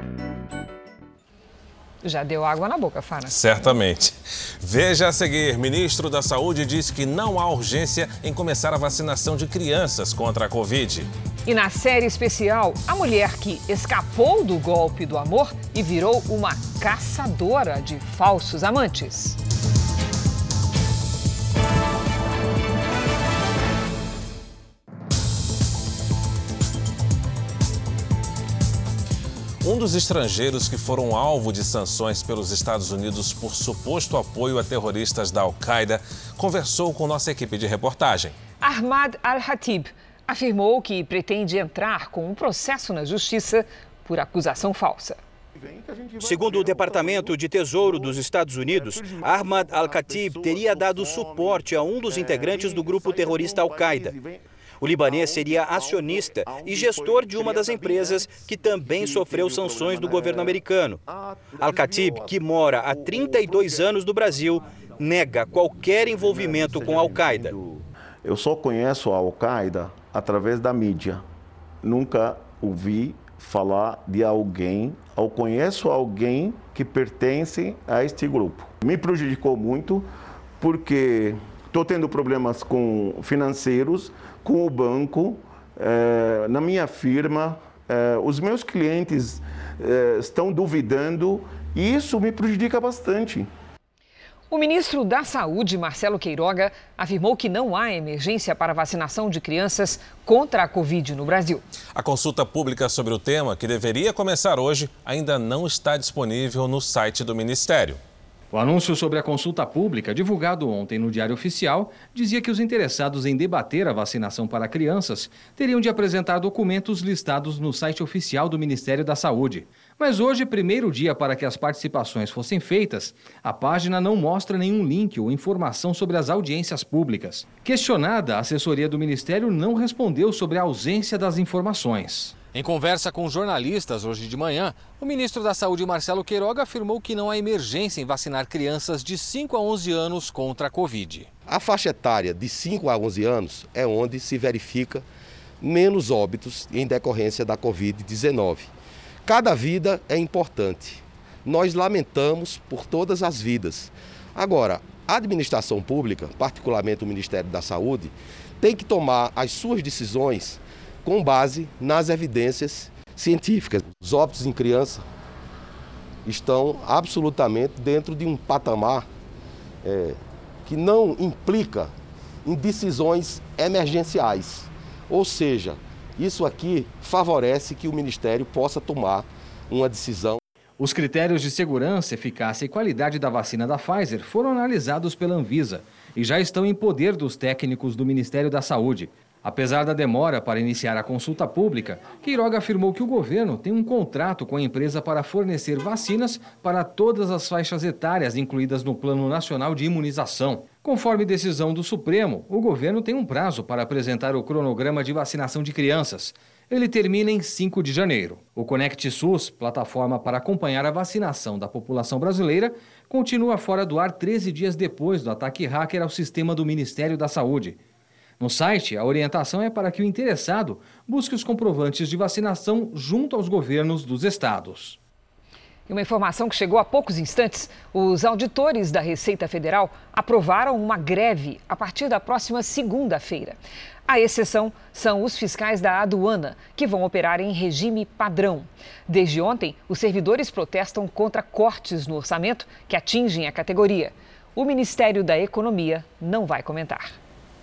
Já deu água na boca, Fara? Certamente. Veja a seguir, ministro da Saúde diz que não há urgência em começar a vacinação de crianças contra a Covid. E na série especial, a mulher que escapou do golpe do amor e virou uma caçadora de falsos amantes. Um dos estrangeiros que foram alvo de sanções pelos Estados Unidos por suposto apoio a terroristas da Al-Qaeda conversou com nossa equipe de reportagem. Ahmad Al-Hatib afirmou que pretende entrar com um processo na justiça por acusação falsa. Segundo o Departamento de Tesouro dos Estados Unidos, Ahmad Al-Khatib teria dado suporte a um dos integrantes do grupo terrorista Al-Qaeda. O libanês seria acionista e gestor de uma das empresas que também sofreu sanções do governo americano. Al-Khatib, que mora há 32 anos no Brasil, nega qualquer envolvimento com Al-Qaeda. Eu só conheço a Al-Qaeda através da mídia. Nunca ouvi falar de alguém, ou conheço alguém que pertence a este grupo. Me prejudicou muito porque estou tendo problemas financeiros com o banco, na minha firma. Os meus clientes estão duvidando e isso me prejudica bastante. O ministro da Saúde, Marcelo Queiroga, afirmou que não há emergência para vacinação de crianças contra a Covid no Brasil. A consulta pública sobre o tema, que deveria começar hoje, ainda não está disponível no site do Ministério. O anúncio sobre a consulta pública, divulgado ontem no Diário Oficial, dizia que os interessados em debater a vacinação para crianças teriam de apresentar documentos listados no site oficial do Ministério da Saúde. Mas hoje, primeiro dia para que as participações fossem feitas, a página não mostra nenhum link ou informação sobre as audiências públicas. Questionada, a assessoria do Ministério não respondeu sobre a ausência das informações. Em conversa com jornalistas hoje de manhã, o ministro da Saúde, Marcelo Queiroga, afirmou que não há emergência em vacinar crianças de 5 a 11 anos contra a Covid. A faixa etária de 5 a 11 anos é onde se verifica menos óbitos em decorrência da Covid-19. Cada vida é importante. Nós lamentamos por todas as vidas. Agora, a administração pública, particularmente o Ministério da Saúde, tem que tomar as suas decisões com base nas evidências científicas. Os óbitos em criança estão absolutamente dentro de um patamar que não implica em decisões emergenciais. Ou seja, isso aqui favorece que o Ministério possa tomar uma decisão. Os critérios de segurança, eficácia e qualidade da vacina da Pfizer foram analisados pela Anvisa e já estão em poder dos técnicos do Ministério da Saúde. Apesar da demora para iniciar a consulta pública, Queiroga afirmou que o governo tem um contrato com a empresa para fornecer vacinas para todas as faixas etárias incluídas no Plano Nacional de Imunização. Conforme decisão do Supremo, o governo tem um prazo para apresentar o cronograma de vacinação de crianças. Ele termina em 5 de janeiro. O Conect SUS, plataforma para acompanhar a vacinação da população brasileira, continua fora do ar 13 dias depois do ataque hacker ao sistema do Ministério da Saúde. No site, a orientação é para que o interessado busque os comprovantes de vacinação junto aos governos dos estados. E uma informação que chegou há poucos instantes: os auditores da Receita Federal aprovaram uma greve a partir da próxima segunda-feira. A exceção são os fiscais da aduana, que vão operar em regime padrão. Desde ontem, os servidores protestam contra cortes no orçamento que atingem a categoria. O Ministério da Economia não vai comentar.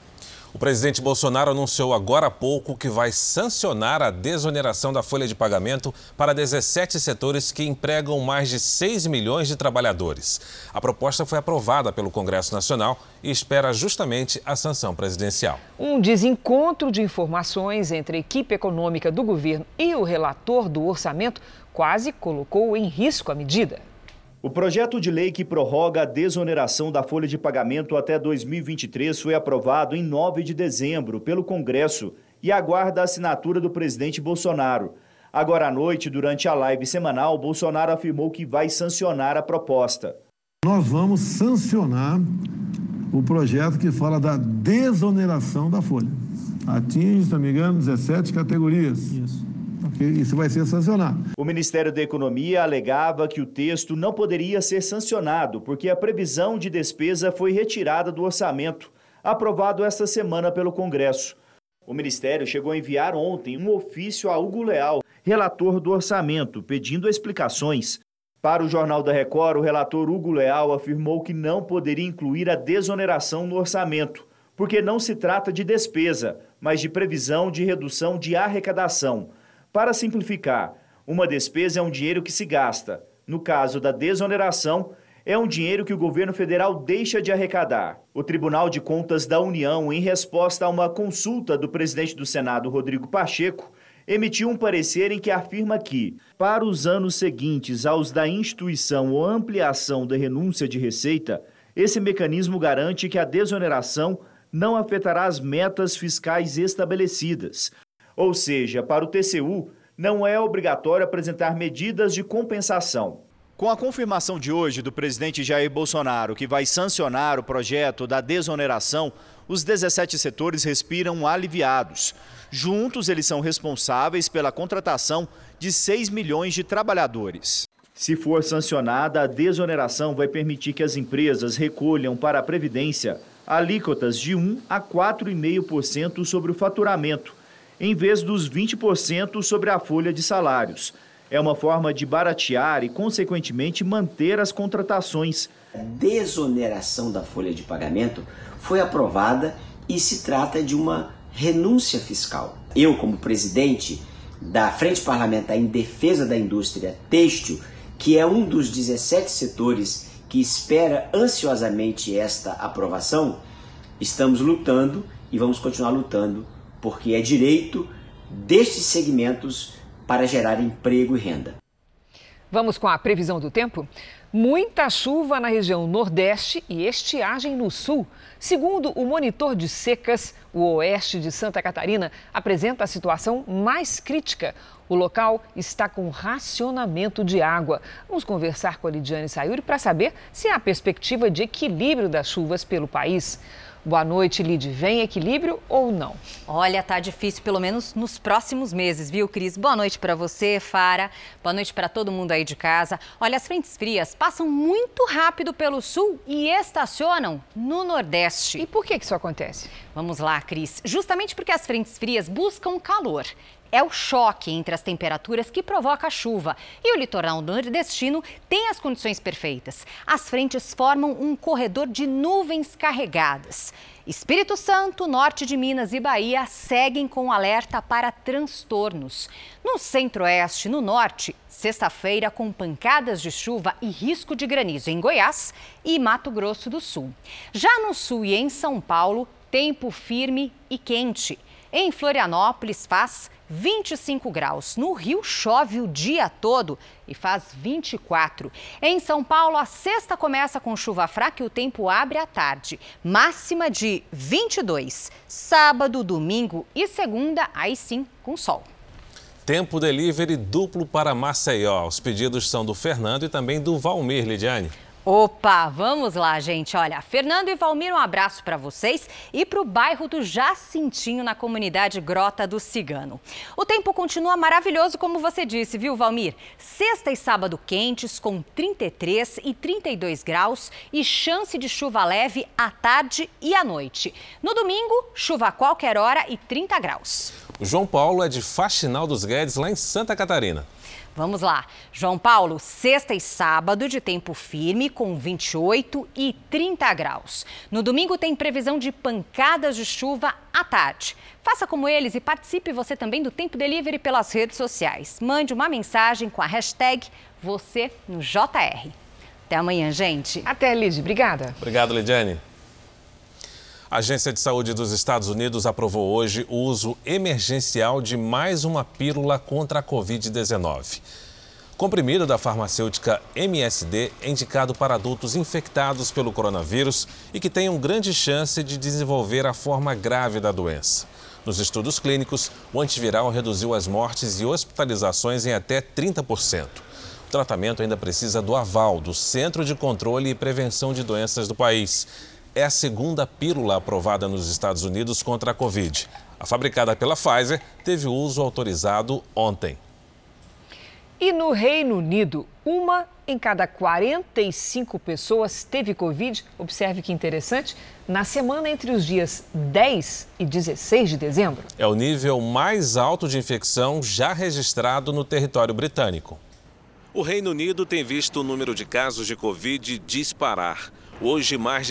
O presidente Bolsonaro anunciou agora há pouco que vai sancionar a desoneração da folha de pagamento para 17 setores que empregam mais de 6 milhões de trabalhadores. A proposta foi aprovada pelo Congresso Nacional e espera justamente a sanção presidencial. Um desencontro de informações entre a equipe econômica do governo e o relator do orçamento quase colocou em risco a medida. O projeto de lei que prorroga a desoneração da folha de pagamento até 2023 foi aprovado em 9 de dezembro pelo Congresso e aguarda a assinatura do presidente Bolsonaro. Agora à noite, durante a live semanal, Bolsonaro afirmou que vai sancionar a proposta. Nós vamos sancionar o projeto que fala da desoneração da folha. Atinge, se não me engano, 17 categorias. Isso. Isso vai ser sancionado. O Ministério da Economia alegava que o texto não poderia ser sancionado porque a previsão de despesa foi retirada do orçamento, aprovado esta semana pelo Congresso. O Ministério chegou a enviar ontem um ofício a Hugo Leal, relator do orçamento, pedindo explicações. Para o Jornal da Record, o relator Hugo Leal afirmou que não poderia incluir a desoneração no orçamento, porque não se trata de despesa, mas de previsão de redução de arrecadação. Para simplificar, uma despesa é um dinheiro que se gasta. No caso da desoneração, é um dinheiro que o governo federal deixa de arrecadar. O Tribunal de Contas da União, em resposta a uma consulta do presidente do Senado, Rodrigo Pacheco, emitiu um parecer em que afirma que, para os anos seguintes aos da instituição ou ampliação da renúncia de receita, esse mecanismo garante que a desoneração não afetará as metas fiscais estabelecidas. Ou seja, para o TCU, não é obrigatório apresentar medidas de compensação. Com a confirmação de hoje do presidente Jair Bolsonaro que vai sancionar o projeto da desoneração, os 17 setores respiram aliviados. Juntos, eles são responsáveis pela contratação de 6 milhões de trabalhadores. Se for sancionada, a desoneração vai permitir que as empresas recolham para a Previdência alíquotas de 1 a 4,5% sobre o faturamento, em vez dos 20% sobre a folha de salários. É uma forma de baratear e, consequentemente, manter as contratações. A desoneração da folha de pagamento foi aprovada e se trata de uma renúncia fiscal. Eu, como presidente da Frente Parlamentar em Defesa da Indústria Têxtil, que é um dos 17 setores que espera ansiosamente esta aprovação, estamos lutando e vamos continuar lutando, porque é direito destes segmentos para gerar emprego e renda. Vamos com a previsão do tempo? Muita chuva na região Nordeste e estiagem no Sul. Segundo o monitor de secas, o oeste de Santa Catarina apresenta a situação mais crítica. O local está com racionamento de água. Vamos conversar com a Lidiane Sayuri para saber se há perspectiva de equilíbrio das chuvas pelo país. Boa noite, Lid. Vem equilíbrio ou não? Olha, tá difícil, pelo menos nos próximos meses, viu, Cris? Boa noite para você, Fara. Boa noite para todo mundo aí de casa. Olha, as frentes frias passam muito rápido pelo sul e estacionam no Nordeste. E por que isso acontece? Vamos lá, Cris. Justamente porque as frentes frias buscam calor. É o choque entre as temperaturas que provoca a chuva. E o litoral nordestino tem as condições perfeitas. As frentes formam um corredor de nuvens carregadas. Espírito Santo, norte de Minas e Bahia seguem com alerta para transtornos. No centro-oeste e no norte, sexta-feira com pancadas de chuva e risco de granizo em Goiás e Mato Grosso do Sul. Já no sul e em São Paulo, tempo firme e quente. Em Florianópolis faz 25 graus. No Rio chove o dia todo e faz 24. Em São Paulo, a sexta começa com chuva fraca e o tempo abre à tarde. Máxima de 22. Sábado, domingo e segunda, aí sim, com sol. Tempo delivery duplo para Maceió. Os pedidos são do Fernando e também do Valmir, Lidiane. Opa, vamos lá, gente. Olha, Fernando e Valmir, um abraço para vocês e para o bairro do Jacintinho, na comunidade Grota do Cigano. O tempo continua maravilhoso, como você disse, viu, Valmir? Sexta e sábado quentes, com 33 e 32 graus e chance de chuva leve à tarde e à noite. No domingo, chuva a qualquer hora e 30 graus. O João Paulo é de Faxinal dos Guedes, lá em Santa Catarina. Vamos lá. João Paulo, sexta e sábado de tempo firme com 28 e 30 graus. No domingo tem previsão de pancadas de chuva à tarde. Faça como eles e participe você também do Tempo Delivery pelas redes sociais. Mande uma mensagem com a hashtag você no JR. Até amanhã, gente. Até, Lidy. Obrigada. Obrigado, Lidiane. A Agência de Saúde dos Estados Unidos aprovou hoje o uso emergencial de mais uma pílula contra a Covid-19. Comprimido da farmacêutica MSD é indicado para adultos infectados pelo coronavírus e que tenham grande chance de desenvolver a forma grave da doença. Nos estudos clínicos, o antiviral reduziu as mortes e hospitalizações em até 30%. O tratamento ainda precisa do aval do Centro de Controle e Prevenção de Doenças do país. É a segunda pílula aprovada nos Estados Unidos contra a Covid. A fabricada pela Pfizer teve uso autorizado ontem. E no Reino Unido, 1 em cada 45 pessoas teve Covid. Observe que interessante, na semana entre os dias 10 e 16 de dezembro. É o nível mais alto de infecção já registrado no território britânico. O Reino Unido tem visto o número de casos de Covid disparar. Hoje, mais de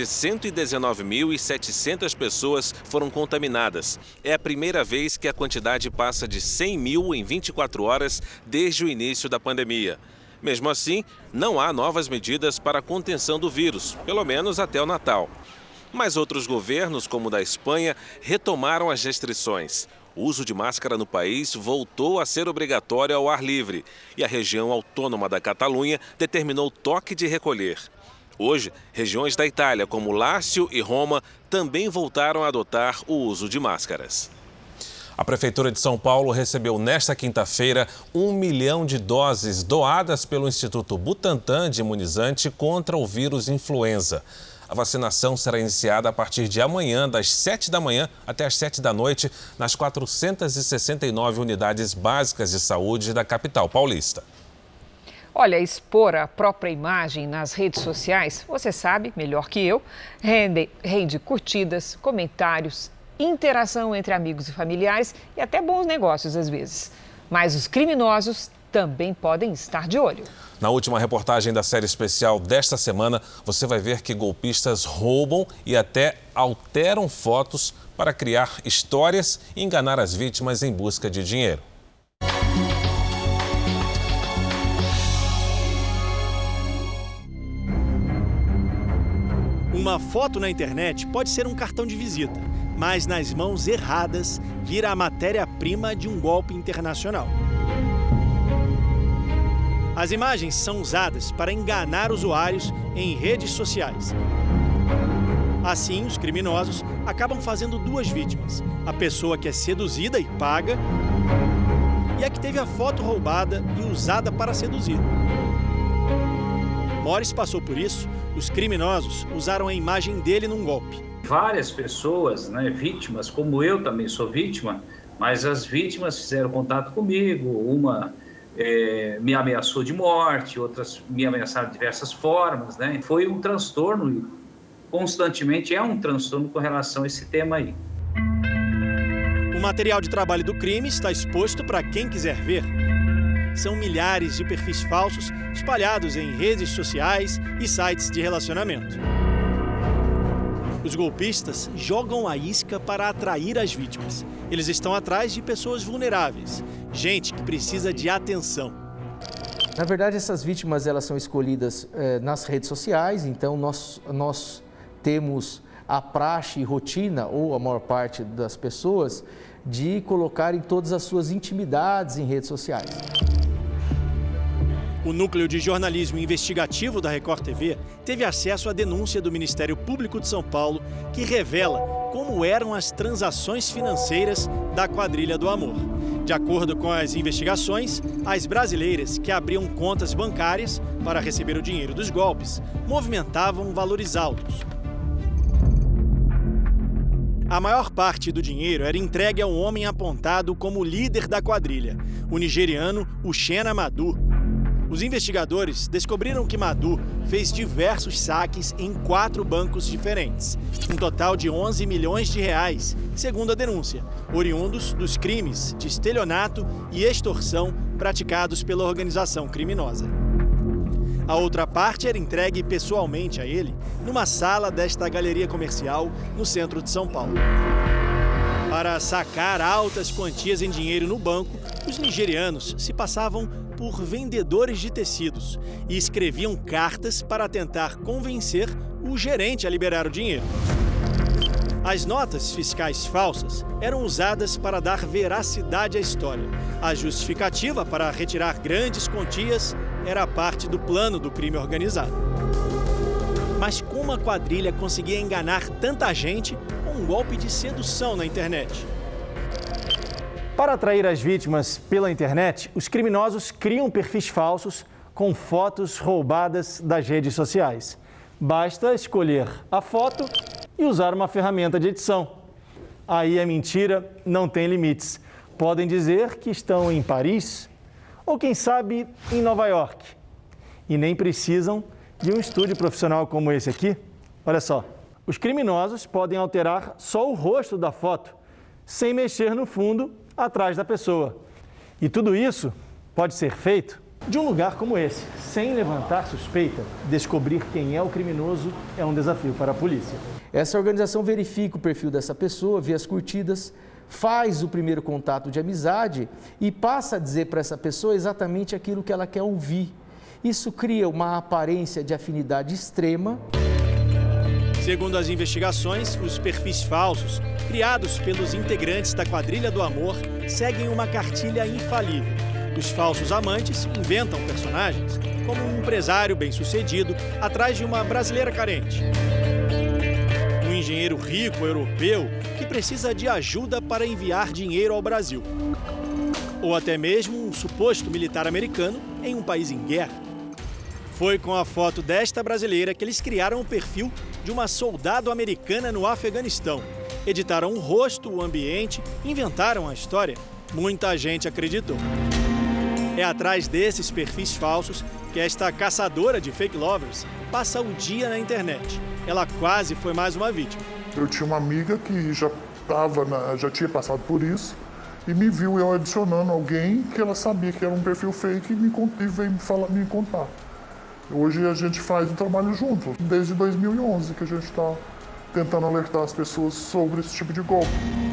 119.700 pessoas foram contaminadas. É a primeira vez que a quantidade passa de 100 mil em 24 horas desde o início da pandemia. Mesmo assim, não há novas medidas para a contenção do vírus, pelo menos até o Natal. Mas outros governos, como o da Espanha, retomaram as restrições. O uso de máscara no país voltou a ser obrigatório ao ar livre e a região autônoma da Catalunha determinou toque de recolher. Hoje, regiões da Itália, como Lácio e Roma, também voltaram a adotar o uso de máscaras. A Prefeitura de São Paulo recebeu nesta quinta-feira 1 milhão de doses doadas pelo Instituto Butantan de imunizante contra o vírus influenza. A vacinação será iniciada a partir de amanhã, das 7 da manhã até as 7 da noite, nas 469 unidades básicas de saúde da capital paulista. Olha, expor a própria imagem nas redes sociais, você sabe melhor que eu, rende curtidas, comentários, interação entre amigos e familiares e até bons negócios às vezes. Mas os criminosos também podem estar de olho. Na última reportagem da série especial desta semana, você vai ver que golpistas roubam e até alteram fotos para criar histórias e enganar as vítimas em busca de dinheiro. Uma foto na internet pode ser um cartão de visita, mas nas mãos erradas vira a matéria-prima de um golpe internacional. As imagens são usadas para enganar usuários em redes sociais. Assim, os criminosos acabam fazendo duas vítimas: a pessoa que é seduzida e paga e a que teve a foto roubada e usada para seduzir. Morris passou por isso. Os criminosos usaram a imagem dele num golpe. Várias pessoas, vítimas, como eu também sou vítima, mas as vítimas fizeram contato comigo, uma me ameaçou de morte, outras me ameaçaram de diversas formas, Foi um transtorno, constantemente é um transtorno com relação a esse tema aí. O material de trabalho do crime está exposto para quem quiser ver. São milhares de perfis falsos espalhados em redes sociais e sites de relacionamento. Os golpistas jogam a isca para atrair as vítimas. Eles estão atrás de pessoas vulneráveis, gente que precisa de atenção. Na verdade, essas vítimas elas são escolhidas nas redes sociais, então nós temos a praxe e rotina, ou a maior parte das pessoas, de colocarem todas as suas intimidades em redes sociais. O Núcleo de Jornalismo Investigativo da Record TV teve acesso à denúncia do Ministério Público de São Paulo, que revela como eram as transações financeiras da Quadrilha do Amor. De acordo com as investigações, as brasileiras que abriam contas bancárias para receber o dinheiro dos golpes movimentavam valores altos. A maior parte do dinheiro era entregue a um homem apontado como líder da quadrilha, o nigeriano Uchenna Madu. Os investigadores descobriram que Madu fez diversos saques em 4 bancos diferentes, um total de 11 milhões de reais, segundo a denúncia, oriundos dos crimes de estelionato e extorsão praticados pela organização criminosa. A outra parte era entregue pessoalmente a ele numa sala desta galeria comercial no centro de São Paulo. Para sacar altas quantias em dinheiro no banco, os nigerianos se passavam por vendedores de tecidos e escreviam cartas para tentar convencer o gerente a liberar o dinheiro. As notas fiscais falsas eram usadas para dar veracidade à história. A justificativa para retirar grandes quantias era parte do plano do crime organizado. Mas como a quadrilha conseguia enganar tanta gente com um golpe de sedução na internet? Para atrair as vítimas pela internet, os criminosos criam perfis falsos com fotos roubadas das redes sociais. Basta escolher a foto e usar uma ferramenta de edição. Aí a mentira não tem limites. Podem dizer que estão em Paris ou, quem sabe, em Nova York. E nem precisam de um estúdio profissional como esse aqui. Olha só, os criminosos podem alterar só o rosto da foto, sem mexer no fundo atrás da pessoa. E tudo isso pode ser feito de um lugar como esse, sem levantar suspeita. Descobrir quem é o criminoso é um desafio para a polícia. Essa organização verifica o perfil dessa pessoa, vê as curtidas, faz o primeiro contato de amizade e passa a dizer para essa pessoa exatamente aquilo que ela quer ouvir. Isso cria uma aparência de afinidade extrema. Segundo as investigações, os perfis falsos, criados pelos integrantes da Quadrilha do Amor, seguem uma cartilha infalível. Os falsos amantes inventam personagens, como um empresário bem-sucedido atrás de uma brasileira carente, um engenheiro rico europeu que precisa de ajuda para enviar dinheiro ao Brasil, ou até mesmo um suposto militar americano em um país em guerra. Foi com a foto desta brasileira que eles criaram o perfil de uma soldado americana no Afeganistão. Editaram o rosto, o ambiente, inventaram a história. Muita gente acreditou. É atrás desses perfis falsos que esta caçadora de fake lovers passa o dia na internet. Ela quase foi mais uma vítima. Eu tinha uma amiga que já tinha passado por isso e me viu eu adicionando alguém que ela sabia que era um perfil fake e veio me contar. Hoje a gente faz um trabalho junto, desde 2011 que a gente está tentando alertar as pessoas sobre esse tipo de golpe.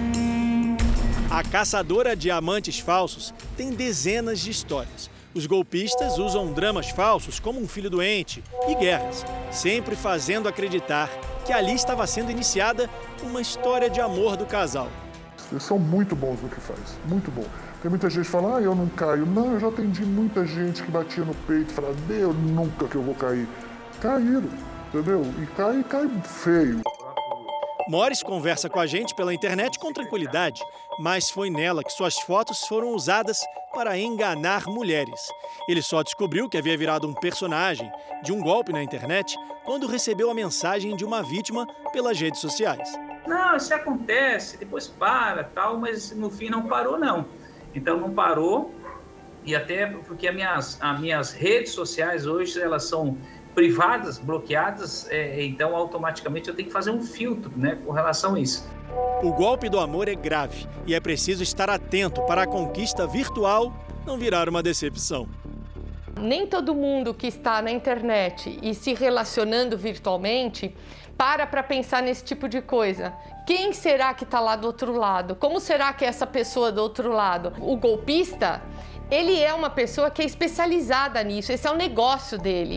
A caçadora de amantes falsos tem dezenas de histórias. Os golpistas usam dramas falsos como um filho doente e guerras, sempre fazendo acreditar que ali estava sendo iniciada uma história de amor do casal. Eles são muito bons no que faz, muito bom. Tem muita gente que fala, eu não caio. Não, eu já atendi muita gente que batia no peito e falava, Deus, nunca que eu vou cair. Caíram, entendeu? E cai feio. Morris conversa com a gente pela internet com tranquilidade, mas foi nela que suas fotos foram usadas para enganar mulheres. Ele só descobriu que havia virado um personagem de um golpe na internet quando recebeu a mensagem de uma vítima pelas redes sociais. Não, isso acontece, depois para, tal, mas no fim não parou, não. Então não parou, e até porque as minhas redes sociais hoje elas são privadas, bloqueadas, então automaticamente eu tenho que fazer um filtro, né, com relação a isso. O golpe do amor é grave e é preciso estar atento para a conquista virtual não virar uma decepção. Nem todo mundo que está na internet e se relacionando virtualmente para pensar nesse tipo de coisa. Quem será que está lá do outro lado? Como será que é essa pessoa do outro lado? O golpista, ele é uma pessoa que é especializada nisso, esse é o negócio dele.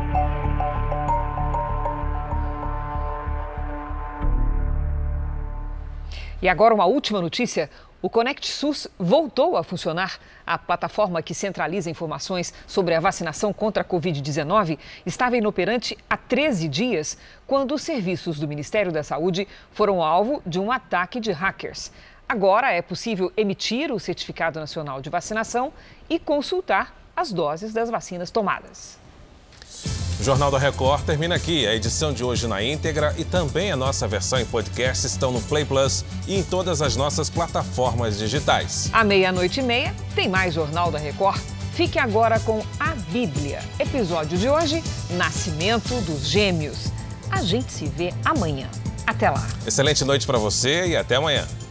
E agora uma última notícia. O Conect SUS voltou a funcionar. A plataforma que centraliza informações sobre a vacinação contra a Covid-19 estava inoperante há 13 dias, quando os serviços do Ministério da Saúde foram alvo de um ataque de hackers. Agora é possível emitir o Certificado Nacional de Vacinação e consultar as doses das vacinas tomadas. O Jornal da Record termina aqui. A edição de hoje na íntegra e também a nossa versão em podcast estão no Play Plus e em todas as nossas plataformas digitais. À 00:30 tem mais Jornal da Record. Fique agora com a Bíblia. Episódio de hoje, Nascimento dos Gêmeos. A gente se vê amanhã. Até lá. Excelente noite para você e até amanhã.